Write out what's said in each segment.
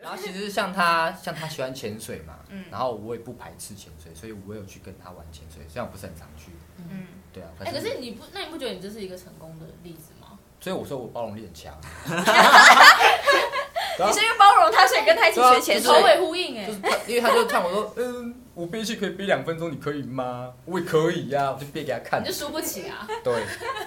然后其实像他喜欢潜水嘛，然后我也不排斥潜水，所以我有去跟他玩潜水，虽然我不是很常去。对啊。 可是你不觉得你这是一个成功的例子吗？ 所以我说我包容力很强。 你是因为包容他，所以跟他一起学潜水， 首尾呼应哎。 因为他就看我说，我憋气可以憋2分钟，你可以吗？我也可以呀，我就憋给他看。 你就输不起啊。 对。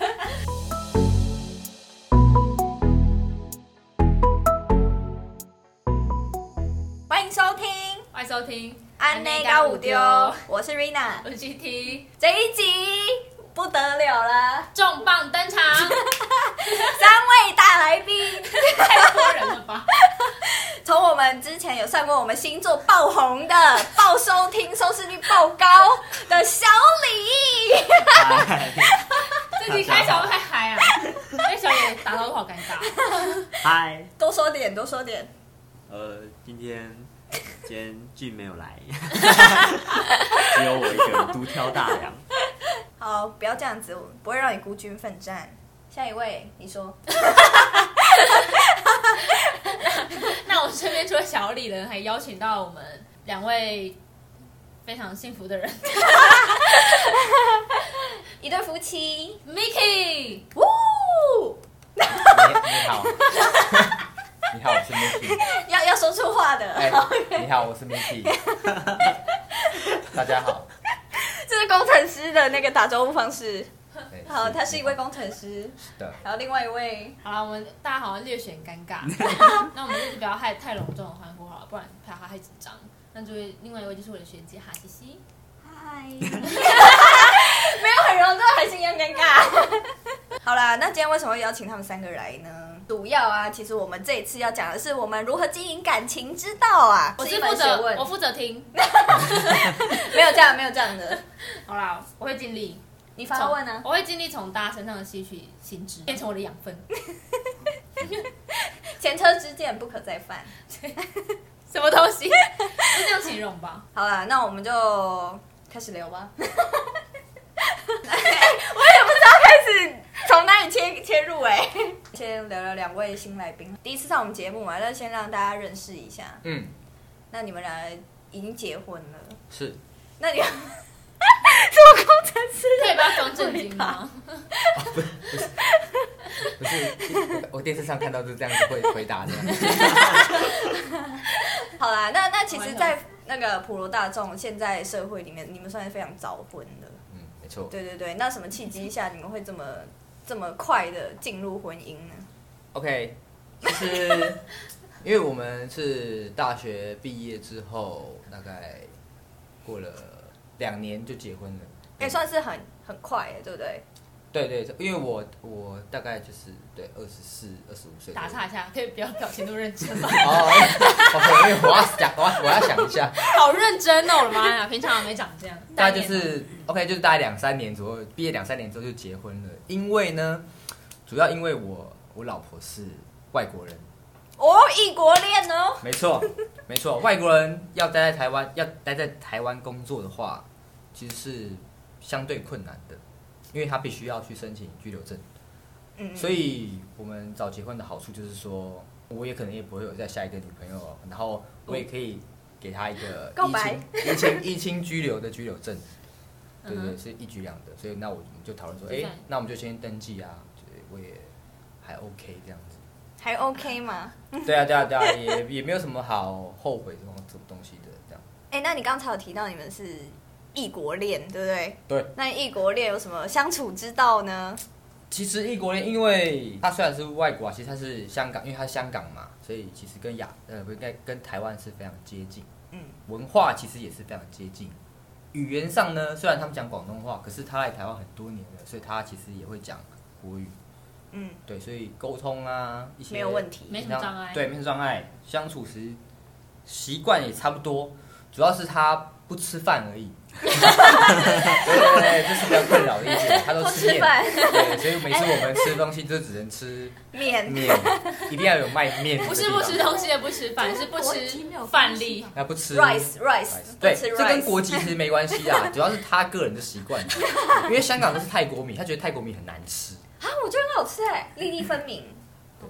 欢迎收听， 欢迎收听安内高五丢，我是 Rina， 我是 GT。 这一集不得了了， 重磅登场 ，3位大来宾， 太多人了吧？ 从我们之前有上过我们星座爆红的、爆收听、收视率爆高的小李。 这集开场太嗨啊！哎，小李打招呼好尴尬。 嗨， 多说点，多说点。 今天俊没有来，只有我一个人独挑大梁。 好，不要这样子，不会让你孤军奋战。下一位，你说。 那我身边除了小李人，还邀请到我们2位非常幸福的人， 一对夫妻 Mickey。 你好。你好，我是 Mickey。 要说出话的。 你好，我是 Mickey。大家好。 这是工程师的那个打招呼方式。好，他是一位工程师。 是的。 然后另外一位， 好了，我们大家好像略显尴尬，那我们就是不要太隆重的欢呼好了，不然怕他太紧张。那这位另外一位就是我的学姐哈西西。 嗨。没有很隆重，还是一样尴尬。好啦，那今天为什么会邀请他们3个来呢？主要啊，其实我们这一次要讲的是我们如何经营感情之道啊。 我负责听。 没有这样，没有这样的。 好啦，我会尽力。 你发问呢？ 我会尽力从大家身上吸取新知，变成我的养分。 前车之鉴不可再犯。 什么东西？是这样形容吧？ 好啦，那我们就开始聊吧。我也不知道开始从哪里切入先聊聊2位新来宾，第一次上我们节目嘛，那先让大家认识一下。那你们俩已经结婚了？ 是。 那你什么工程师？ 可以不要装正经吗？ 不是，我电视上看到是这样子会回答的。 好啦，那其实，在那个普罗大众现在社会里面，你们算是非常早婚的。 没错。 对对对，那什么契机下你们会这么快的进入婚姻呢 ？OK， 其实因为我们是大学毕业之后，大概过了2年就结婚了。 算是很快对不对？ 对，因为我大概就是对24、25岁。 打岔一下，可以不要表情那么认真吗？ 因为我要想一下。 好认真哦，我的妈呀！平常没长这样。 大概就是 OK， 就是大概2-3年左右，毕业2-3年之后就结婚了。因为呢，主要因为我老婆是外国人。 异国恋哦。 没错，外国人要待在台湾工作的话，其实是相对困难的。因为他必须要去申请居留证，所以我们早结婚的好处就是说，我也可能也不会有再下一个女朋友，然后我也可以给他一个依亲居留的居留证，对，是一举两得，所以那我们就讨论说，那我们就先登记啊，我也还 OK 这样子， 还 OK 吗？ 对啊，也没有什么好后悔这种东西的这样。 那你刚才有提到你们是异国恋，对不对？ 对。 那异国恋有什么相处之道呢？ 其实异国恋，因为它虽然是外国其实它是香港，因为它是香港嘛，所以其实跟台湾是非常接近。文化其实也是非常接近。语言上呢，虽然他们讲广东话，可是他来台湾很多年了，所以他其实也会讲国语。对，所以沟通啊一些没有问题， 没什么障碍。 对，没什么障碍，相处时习惯也差不多，主要是他不吃饭而已。对，这是比较困扰的一点，他都吃面。对，所以每次我们吃东西就只能吃面，一定要有卖面。 不是不吃东西也不吃饭，是不吃饭粒。 不吃 rice， 对，这跟国籍其实没关系啊，主要是他个人的习惯。因为香港都是泰国米，他觉得泰国米很难吃。 我觉得很好吃粒粒分明。 好干哦。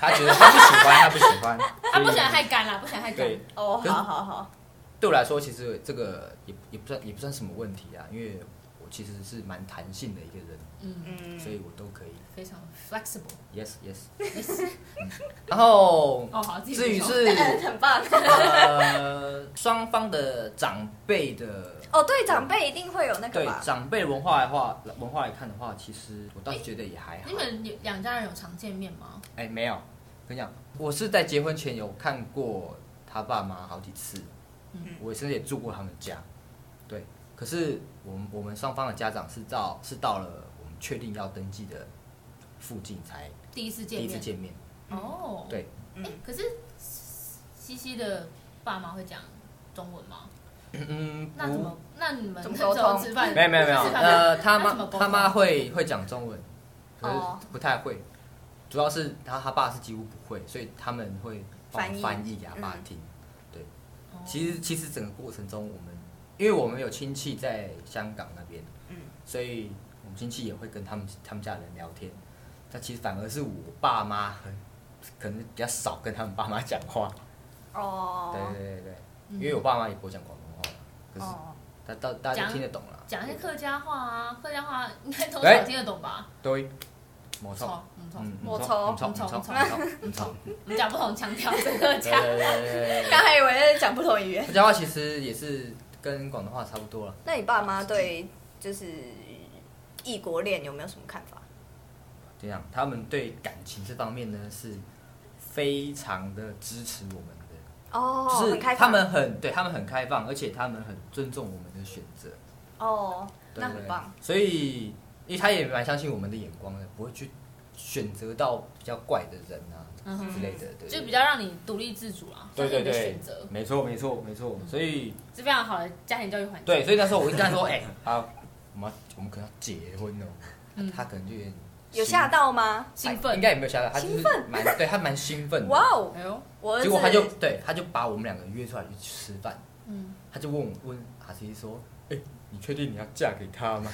他觉得他不喜欢，他不喜欢， 他不想太干啦，不想太干。 对， 哦， 可是好， 对我来说，其实这个也不算什么问题啊，因为我其实是蛮弹性的一个人，所以我都可以。 非常 flexible。 Yes。然后好， 至于是很棒。 双方的长辈的对，长辈一定会有那个对吧？ 长辈文化来看的话，其实我倒是觉得也还好。 你们两家人有常见面吗？ 没有，跟你讲，我是在结婚前有看过他爸妈好几次，我甚至也住过他们家，对。可是我们双方的家长是到了我们确定要登记的附近才第一次见面。哦， 对。 可是西西的爸妈会讲中文吗？那你们怎么沟通？ 吃饭？ 没有。他妈会讲中文，可是哦不太会。主要是他爸是几乎不会，所以他们会帮我翻译给他爸听。对，其实整个过程中，因为我们有亲戚在香港那边，所以我们亲戚也会跟他们家人聊天。但其实反而是我爸妈可能比较少跟他们爸妈讲话。 哦。 对，因为我爸妈也不会讲广东话，可是大家都听得懂啦。 讲一些客家话啊，客家话应该多少听得懂吧？ 对，没错， 没错， 我们讲不同腔调的客家。 对。 刚还以为在讲不同语言。 客家话其实也是跟广东话差不多了。 那你爸妈对就是异国恋有没有什么看法？ 这样，他们对感情这方面呢是非常的支持我们的。就是他们很开放，而且他们很尊重我们的选择。 那很棒。 所以，因为他也蛮相信我们的眼光的，不会去选择到比较怪的人啊之类的，对， 就比较让你独立自主啊， 对， 选择。 没错。所以是非常好的家庭教育环境。 对，所以那时候我就跟他说，我们可能要结婚哦。他可能就有吓到吗？ 兴奋？ 应该也没有吓到，他就是他蛮兴奋的。 哇哦！ 结果他就把我们两个约出来去吃饭。他就问阿七说：“你确定你要嫁给他吗？”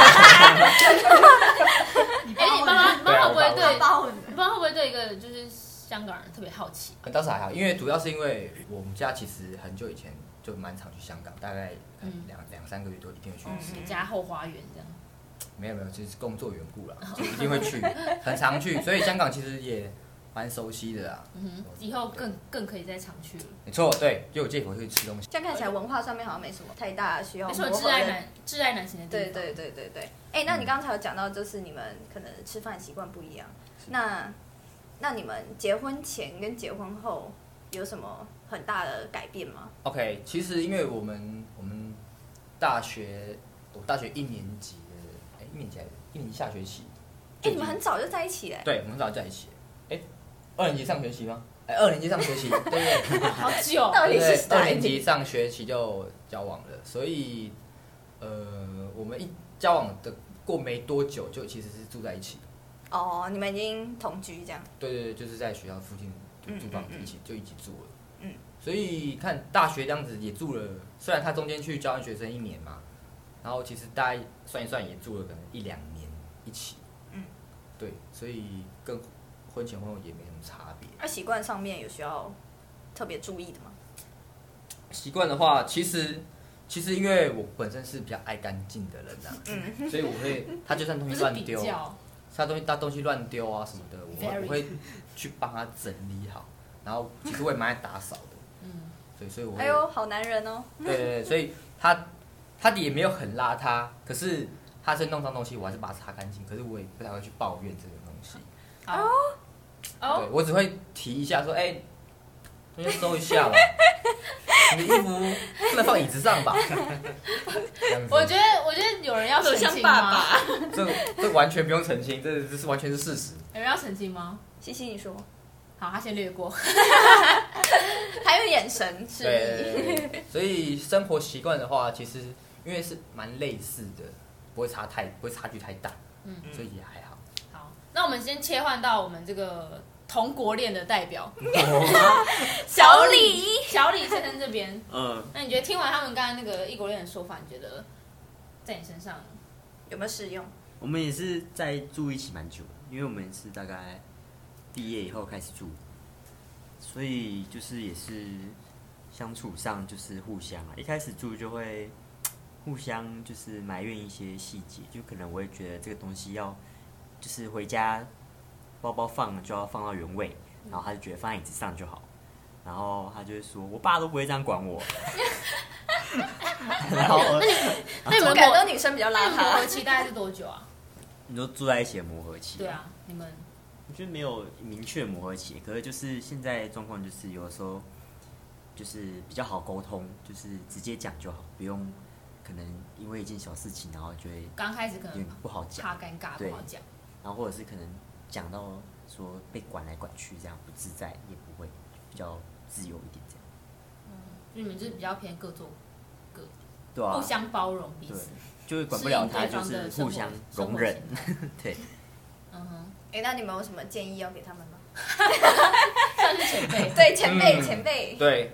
你爸妈会不会对一个就是香港人特别好奇？ 倒是还好，因为主要是因为我们家其实很久以前就蛮常去香港，大概两三个月都一定会去一次。 家后花园这样。 没有，就是工作缘故啦，就一定会去，很常去，所以香港其实也蛮熟悉的啦。 以后更可以再常去了。 没错，对，就有借口去吃东西。 这样看起来文化上面好像没什么太大需要。 没什么挚爱难行的地方。对。那你刚才有讲到，就是你们可能吃饭习惯不一样。那你们结婚前跟结婚后有什么很大的改变吗 ？OK， 其实因为我们大学一年级下学期。 你们很早就在一起嘞？ 对，我们很早就在一起。2年级上学期吗？2年级上学期，对。 好久。 到底是 2年级上学期就交往了，所以我们一交往的过没多久，就其实是住在一起。 你们已经同居这样？ 对，就是在学校附近租房子一起住了。所以看大学这样子也住了，虽然他中间去交换学生1年嘛，然后其实大概算一算也住了可能1-2年一起。对，所以跟婚前婚后也没什么差别。 而习惯上面有需要特别注意的吗？ 习惯的话，其实因为我本身是比较爱干净的人啊，所以我会他就算东西乱丢，他东西乱丢啊什么的，我会去帮他整理好，然后其实我也蛮爱打扫的，所以我会。 好男人哦。 对，所以他也没有很邋遢，可是他是弄脏东西，我还是把它擦干净，可是我也不太会去抱怨这个东西。对，我只会提一下说，东西收一下吧，你的衣服不能放椅子上吧？ 我觉得有人要澄清吗？ 这完全不用澄清，这是完全是事实。 有人要澄清吗？ 西西，你说。 好，他先略过。 还有眼神示意。 对，所以生活习惯的话，其实因为是蛮类似的，不会差距太大，所以也还好。 好，那我们先切换到我们这个同国恋的代表小李先生这边。那你觉得听完他们刚才那个异国恋的说法，你觉得在你身上有没有适用？ 我们也是在住一起蛮久的，因为我们是大概毕业以后开始住，所以就是也是相处上就是互相啊，一开始住就会互相就是埋怨一些细节，就可能我会觉得这个东西要就是回家包包放就要放到原位，然后他就觉得放在椅子上就好，然后他就会说我爸都不会这样管我。然后那你们感觉女生比较邋磨合遢。 期大概是多久啊？ 你说住在一起的磨合期？ 对啊，你们我觉得没有明确磨合期，可是就是现在状况就是有的时候就是比较好沟通，就是直接讲就好，不用可能因为一件小事情，然后就会刚开始可能有点不好讲， 怕尴尬，不好讲， 然后或者是可能讲到说被管来管去这样不自在，也不会比较自由一点这样。 就你们就是比较偏各做各， 对啊， 互相包容彼此， 就是管不了他，就是互相容忍。对， 嗯哼， 那你们有什么建议要给他们吗？ 算是前辈， 对，前辈。 对，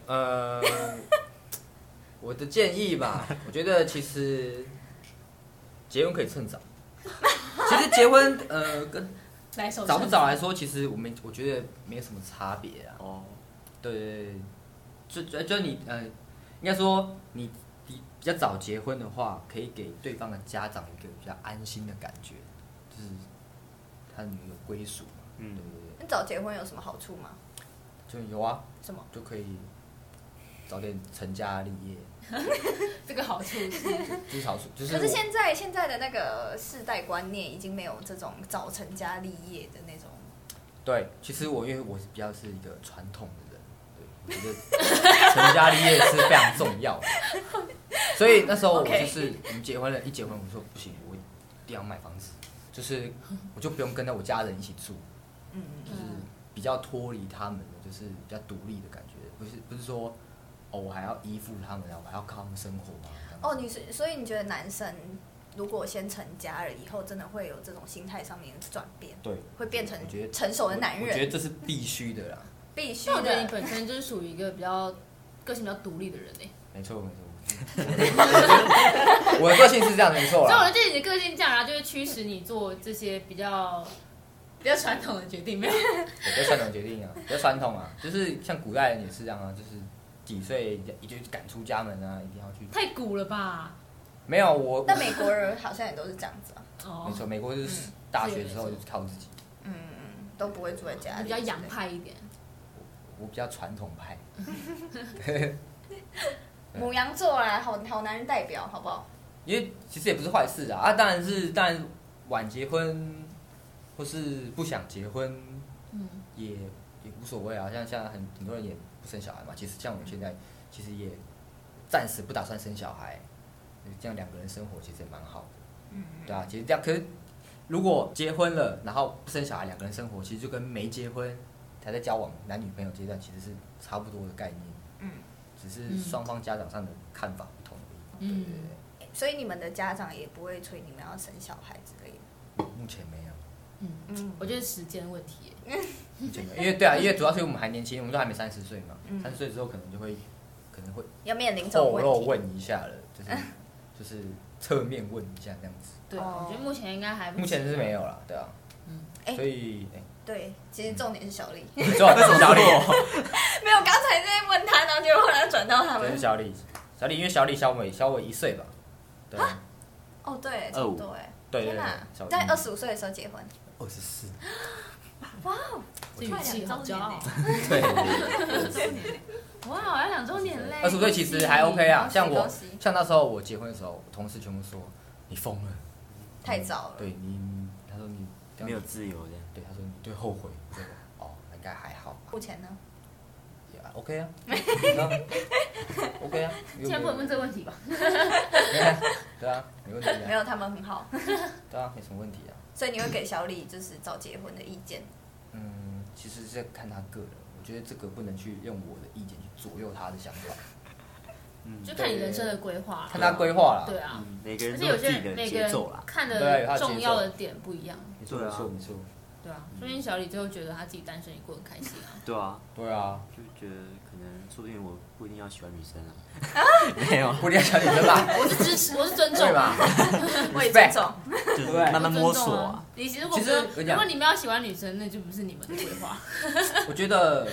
我的建议吧，我觉得其实结婚可以趁早。其实结婚跟早不早来说，其实我觉得没什么差别啊。 哦， 对，就你应该说你比较早结婚的话，可以给对方的家长一个比较安心的感觉，就是他们有归属嘛。对。 你早结婚有什么好处吗？ 就有啊， 什么？ 就可以早点成家立业。 这个好处就是好处，就是可是现在的那个世代观念已经没有这种早成家立业的那种。 对，其实因为我比较是一个传统的人，对，我觉得成家立业是非常重要的。所以那时候我就是我们结婚了，一结婚我说不行，我一定要买房子，就是我就不用跟着我家人一起住，就是比较脱离他们的，就是比较独立的感觉，不是说我还要依附他们，我还要靠他们生活啊。 所以你觉得男生如果先成家了以后，真的会有这种心态上面的转变？ 对， 会变成成熟的男人。 我觉得这是必须的啦。 必须的。 但我觉得你本身就是属于一个比较个性比较独立的人哎。 没错。我的个性是这样，没错啦。 所以我觉得你的个性这样，然后就会驱使你做这些比较传统的决定，没有？ 比较传统决定啊，比较传统啊，就是像古代人也是这样啊，就是几岁就赶出家门啊，一定要去。 太古了吧？ 没有我。 但美国人好像也都是这样子啊。 没错，美国就是大学之后就是靠自己。 都不会住在家里。 比较洋派一点。 我比较传统派。 牡羊座啦，好男人代表，好不好？ 因为其实也不是坏事啊，当然晚结婚或是不想结婚，也无所谓啊。像很多人也不生小孩嘛，其实像我现在其实也暂时不打算生小孩，这样两个人生活其实也蛮好的。对啊，其实这样，可是如果结婚了，然后不生小孩，两个人生活其实就跟没结婚还在交往男女朋友阶段其实是差不多的概念。只是双方家长上的看法不同而已。对。 所以你们的家长也不会催你们要生小孩之类的。 目前没有。 我觉得时间问题。 目前没有，因为主要是我们还年轻，我们都还没30岁嘛。30岁之后可能会要面临这种问题。 后肉问一下了，就是侧面问一下这样子。 对，我觉得目前应该还不。 目前是没有啦，对啊。所以对，其实重点是小丽。 没错，这是小丽。 没有，刚才在问他，然后就后来转到他们。 这是小丽，因为小丽小我1岁吧。对。 哦，对，差不多哎。 对。 天哪，在25岁的时候结婚。 24。 哇哦， 这语气好骄傲。 对。 哇，要2周年嘞 ！25岁其实还 OK 啊，像那时候我结婚的时候，我同事全部说你疯了， 太早了。 对你，他说你没有自由这样。 对，他说你对后悔。应该还好。 付钱呢？ 也 OK 啊。OK 啊。 现在不能问这个问题吧？ 对啊，没问题啊。 没有，他们很好。 对啊，没什么问题啊。 所以你会给小李就是早结婚的意见？ 其实是看他个人，我觉得这个不能去用我的意见去左右他的想法。 就看你人生的规划， 看他规划啦。 对啊， 每个人都有自己的节奏啦， 看的重要的点不一样。 没错。 对啊，说不定小李最后觉得他自己单身也过得很开心啊。 对啊， 对啊， 就觉得可能说不定我不一定要喜欢女生啊，没有， 不一定要小女生吧？ 我是支持，我是尊重对吧？ 我也尊重。 就是对慢慢摸索啊。 你如其实我跟你讲果你们要喜欢女生，那就不是你们的规划。 我觉得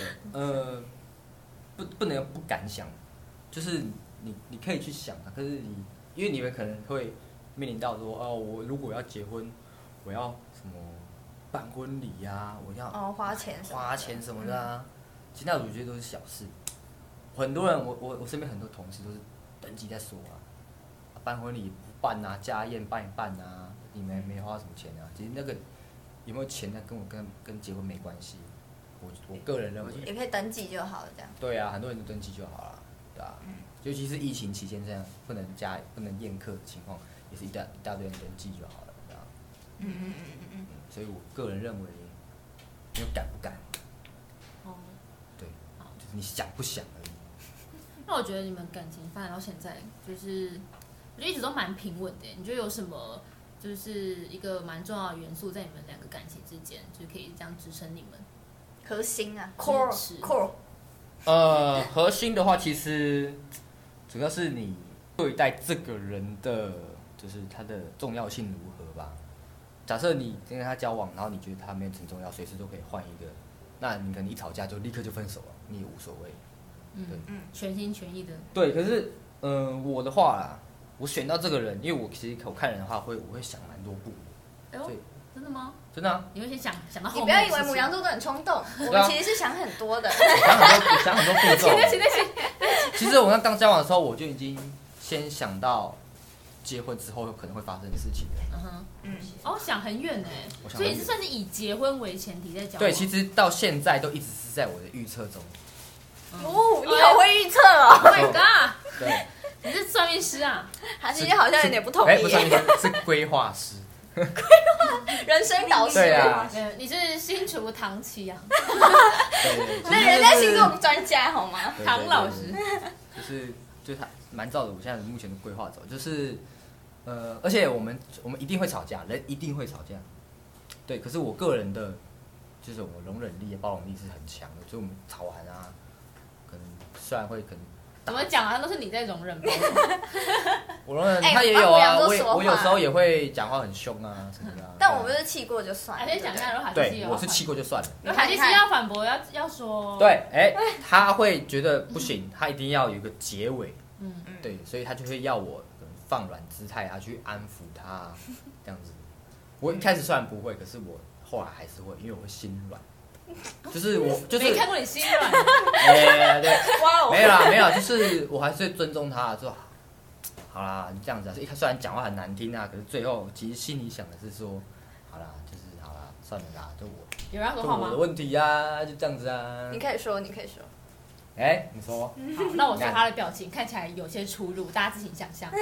不能不敢想，就是你可以去想啊，可是因为你们可能会面临到说，我如果要结婚，我要什么办婚礼呀，我要花钱什么的啊。其实那我觉得都是小事。很多人，我身边很多同事都是登记在说办婚礼不办啊，家宴办一办啊，你们没花什么钱啊。其实那个有没有钱，那跟结婚没关系。我个人认为也可以登记就好了，这样。 对啊，很多人都登记就好了，对啊。尤其是疫情期间这样不能宴客的情况，也是一大堆人登记就好了，对啊。所以我个人认为，没有敢不敢。 哦。 对，就是你想不想而已。 那我觉得你们感情发展到现在，就是我觉得一直都蛮平稳的。你觉得有什么就是一个蛮重要的元素在你们两个感情之间，就是可以这样支撑你们？ 核心啊 ，core。 核心的话，其实主要是你对待这个人的，就是他的重要性如何吧。假设你跟他交往，然后你觉得他没有很重要，随时都可以换一个，那你可能一吵架就立刻就分手了，你也无所谓。 全心全意的。 对，可是我的话啦，我选到这个人，因为我看人的话，我会想蛮多步。 哎呦，真的吗？ 真的啊！ 你会先想到后面。 你不要以为牡羊座都很冲动，我们其实是想很多的。 想很多步骤。其实我刚交往的时候，我就已经先想到结婚之后有可能会发生的事情了。 想很远哎，所以你是算是以结婚为前提在交往。 对，其实到现在都一直是在我的预测中。 你好会预测哦 ！Oh my god！ 对， 你是算命师啊？ 还是好像有点不同意。 不是算命师，是规划师。 人生导师。 对啊， 你是新厨唐七啊？ 对，那人家星座专家好吗？ 唐老师。 就是他蛮照着我现在目前的规划走，就是而且我们一定会吵架，人一定会吵架。对，可是我个人的，就是我容忍力、包容力是很强的，所以我们吵完啊，可能虽然会可能怎么讲啊，都是你在容忍吧？ 我容忍，他也有啊，我有时候也会讲话很凶啊什么的。 但我不是气过就算了。 还可以讲一下，如果海西对，我是气过就算了。 海西要反驳，要说。 对，他会觉得不行，他一定要有一个结尾。对，所以他就会要我放软姿态啊，去安抚他这样子。我一开始虽然不会，可是我后来还是会，因为我会心软。就是没看过你心软。 对，没有，就是我还是会尊重他，说好啦，你这样子啊，虽然讲话很难听啊，可是最后其实心里想的是说，好啦，就是好啦，算了啦，就有人要说话吗？ 我的问题啊，就这样子啊。 你可以说。 你说。 好，那我说他的表情看起来有些出入，大家自行想象。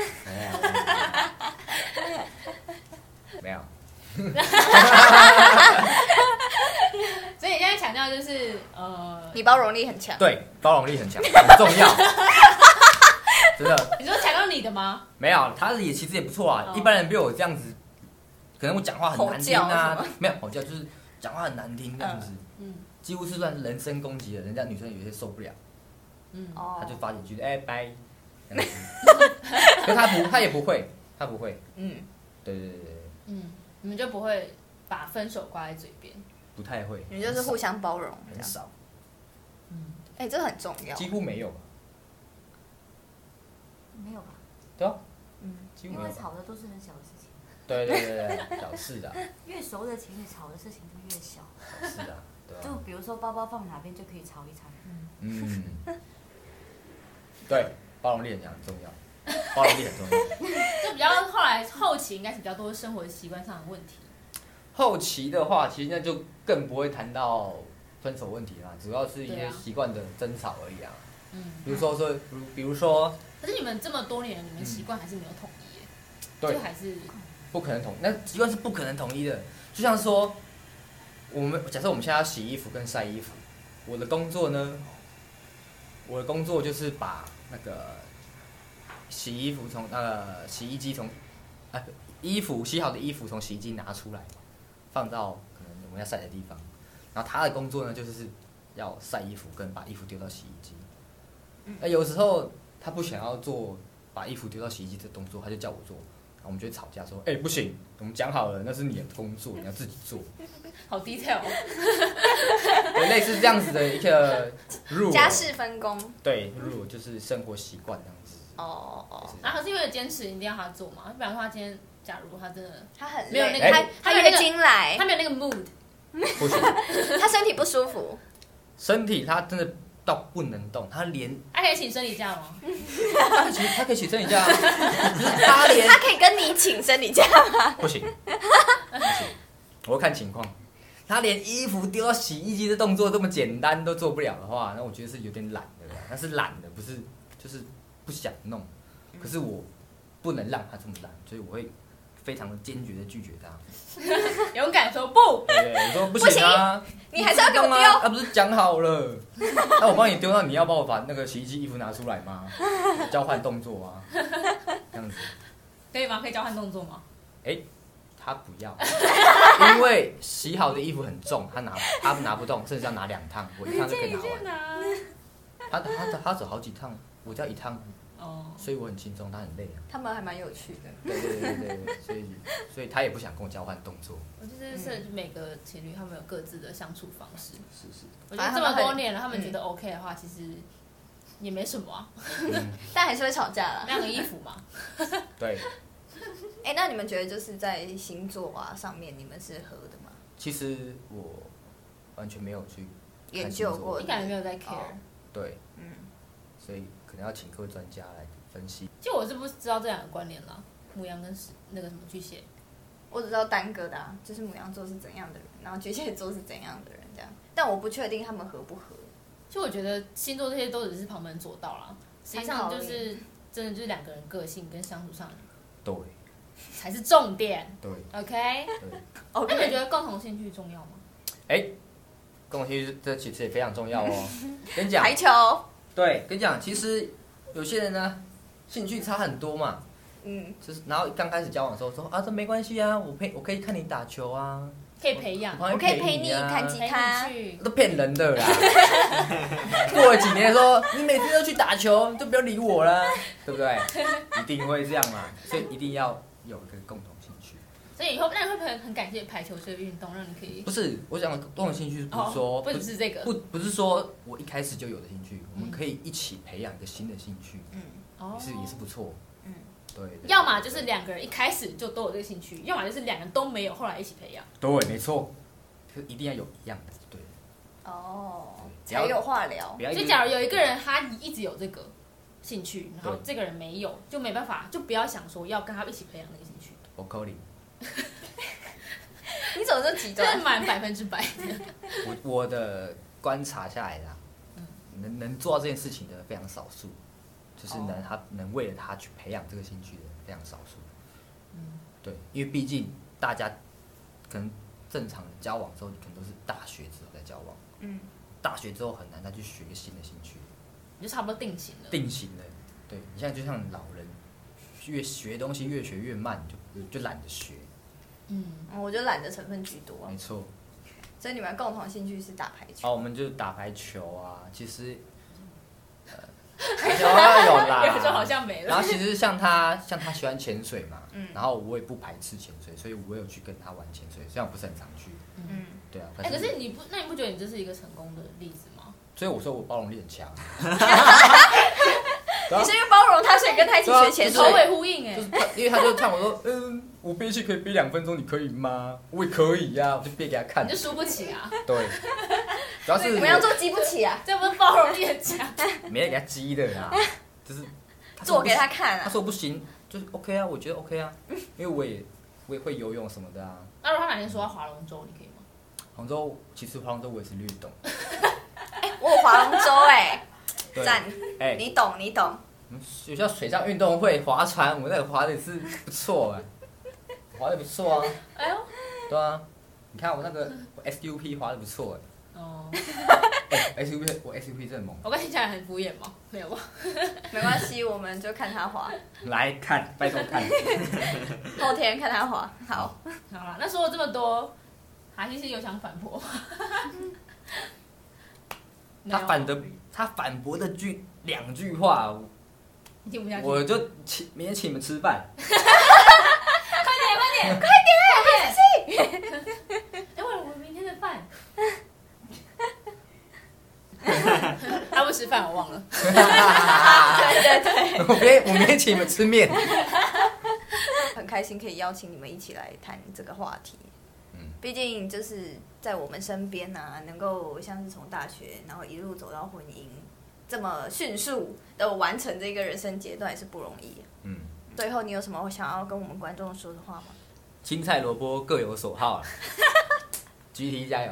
没有。 所以你现在强调就是你包容力很强。 对，包容力很强，很重要。真的。 你说强调你的吗？ 没有，他也其实也不错啊。一般人比我这样子，可能我讲话很难听啊，没有吼叫，就是讲话很难听这样子，几乎是算人身攻击的，人家女生有些受不了，他就发几句拜，这样子。可是他也不会，他不会，对， 你们就不会把分手挂在嘴边， 不太会， 你们就是互相包容， 很少， 这很重要， 几乎没有吧？ 没有吧？ 对啊， 几乎没有，因为吵的都是很小的事情。 对，小事的。 越熟的情侣吵的事情就越小。 是啊，对啊。 就比如说包包放哪边就可以吵一场。 对，包容力很强，很重要。包容力很重要。 就比较后期应该是比较多生活习惯上的问题。 后期的话，其实那就更不会谈到分手问题啦，主要是一些习惯的争吵而已啊。比如说。 可是你们这么多年，你们习惯还是没有统一耶？ 对， 就还是不可能统，那习惯是不可能统一的。就像说，假设我们现在要洗衣服跟晒衣服，我的工作就是把那个洗衣服从洗衣机衣服洗好的衣服从洗衣机拿出来，放到可能我们要晒的地方。然后他的工作呢，就是要晒衣服跟把衣服丢到洗衣机。有时候他不想要做把衣服丢到洗衣机这动作，他就叫我做。然后我们就会吵架说：“不行，我们讲好了，那是你的工作，你要自己做。” 好 detail， 对，类似这样子的一个 rule， 家事分工。 对 rule 就是生活习惯这样子。 然后可是因为坚持一定要他做嘛，比方说他今天，假如他真的他很没有那累， 个， 他月经来， 他没有那个 mood， 不行， 他身体不舒服， 身体他真的到不能动，他连他可以请生理假吗？ 他可以请生理假，他连他可以跟你请生理假吗？ 不行，我要看情况。他连衣服丢到洗衣机的动作这么简单都做不了的话，那我觉得是有点懒的，那是懒的，不是就是不想弄。可是我不能让他这么懒，所以我会非常的坚决的拒绝他。 勇敢说不。 对，我说不行啊， 你还是要给我丢啊！不是讲好了，那我帮你丢，那你要帮我把那个洗衣机衣服拿出来吗？交换动作啊，这样子可以吗？可以交换动作吗？ 他不要，因为洗好的衣服很重，他拿不动，甚至要拿2趟，我1趟就可以拿完。他走好几趟，我只要1趟，所以我很轻松，他很累啊。 他们还蛮有趣的。 对，所以他也不想跟我交换动作。 我就是每个情侣他们有各自的相处方式。 是。 我觉得这么多年了，他们觉得 OK 的话，其实也没什么啊。 但还是会吵架啦。 晾个衣服嘛。 对。 那你们觉得就是在星座啊上面，你们是合的吗？ 其实我完全没有去研究过， 你感觉没有在 care。 对，所以可能要请各位专家来分析。 就我是不知道这两个关联啦，牡羊跟那个什么巨蟹。 我只知道单个的啊，就是牡羊座是怎样的人，然后巨蟹座是怎样的人这样，但我不确定他们合不合。 就我觉得星座这些都只是旁门左道啦，实际上就是真的就是两个人个性跟相处上， 对， 才是重点。 对 ，OK。 对。 那你觉得共同兴趣重要吗？ 共同兴趣这其实也非常重要哦。跟你讲， 排球。 对，跟你讲，其实有些人呢，兴趣差很多嘛。就是然后刚开始交往的时候说啊，这没关系啊，我可以看你打球啊， 可以培养， 我可以陪你弹吉他， 都骗人的啦。过了几年说你每次都去打球，就不要理我啦，对不对？一定会这样嘛，所以一定要有一个共同兴趣。 所以以后那你会很感谢排球这个运动，让你可以不是我讲的共同兴趣，不是说不只是这个， 不是说我一开始就有的兴趣，我们可以一起培养一个新的兴趣，也是不错。对， 要么就是两个人一开始就都有这个兴趣，要么就是两个人都没有，后来一起培养。 对，没错，就一定要有一样的，对。 才有话聊。 就假如有一个人他一直有这个兴趣，然后这个人没有，就没办法，就不要想说要跟他一起培养那个兴趣。 我扣你。 你怎么这么极端？ 真的满100%的。 我的观察下来啦，能做到这件事情的非常少数。就是能为了他去培养这个兴趣的非常少数，对，因为毕竟大家可能正常的交往之后，可能都是大学之后再交往，大学之后很难再去学一个新的兴趣， 你就差不多定型了。 定型了，对你现在就像老人，越学东西越学越慢，就懒得学， 我觉得懒的成分居多。 没错。 所以你们共同兴趣是打排球？ 我们就打排球啊，其实。有啦， 有就好像没了。 然后其实像他喜欢潜水嘛，然后我也不排斥潜水，所以我有去跟他玩潜水，虽然我不是很常去。对啊。 可是你不觉得你这是一个成功的例子吗？ 所以我说我包容力很强。 你是因为包容他，所以跟他一起学潜水？ 首尾呼应哎。 就是因为他就看我说，我憋气可以憋2分钟，你可以吗？我也可以呀，我就憋给他看。 你就输不起啊。 对。主要是我要做激不起啊， 这不是包容力很强？ 没人给他激的啦，就是做给他看啊。 他说不行，就是 OK 啊，我觉得 OK 啊，因为我也会游泳什么的啊。 那如果他哪天说要划龙舟，你可以吗？ 杭州其实划龙舟我也是略懂。 我有划龙舟赞！你懂。 我们学校水上运动会划船，我那个划的也是不错划的不错啊。 哎呦。 对啊，你看我那个SUP 划的不错SUP 我 SUP 真的猛。 我刚听起来很敷衍吗？没有吧？ 没关系，我们就看他滑。 来看，拜托看。 后天看他滑。好啦，那说了这么多， 哈西是有想反驳， 他反驳的2句话， 你听不下去， 我就明天请你们吃饭。 快点！哎，为了我明天的饭，他不吃饭，我忘了。 对， 我明天请你们吃面。 很开心可以邀请你们一起来谈这个话题。毕竟就是在我们身边啊，能够像是从大学然后一路走到婚姻，这么迅速的完成这个人生阶段也是不容易。最后你有什么想要跟我们观众说的话吗？ 青菜萝卜各有所好，GT 加油！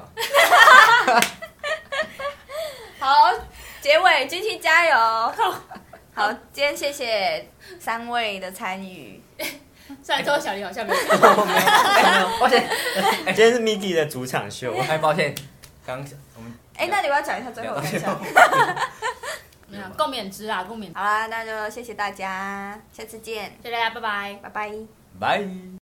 好，结尾 GT 加油！好，今天谢谢3位的参与。 虽然说小黎好像没有， 抱歉， 今天是 Miki 的主场秀， 抱歉，刚我们那你要讲一下最后感想。 没有共勉之啊，共勉。 好啦，那就谢谢大家，下次见， 谢谢大家，拜拜， 拜拜。 拜。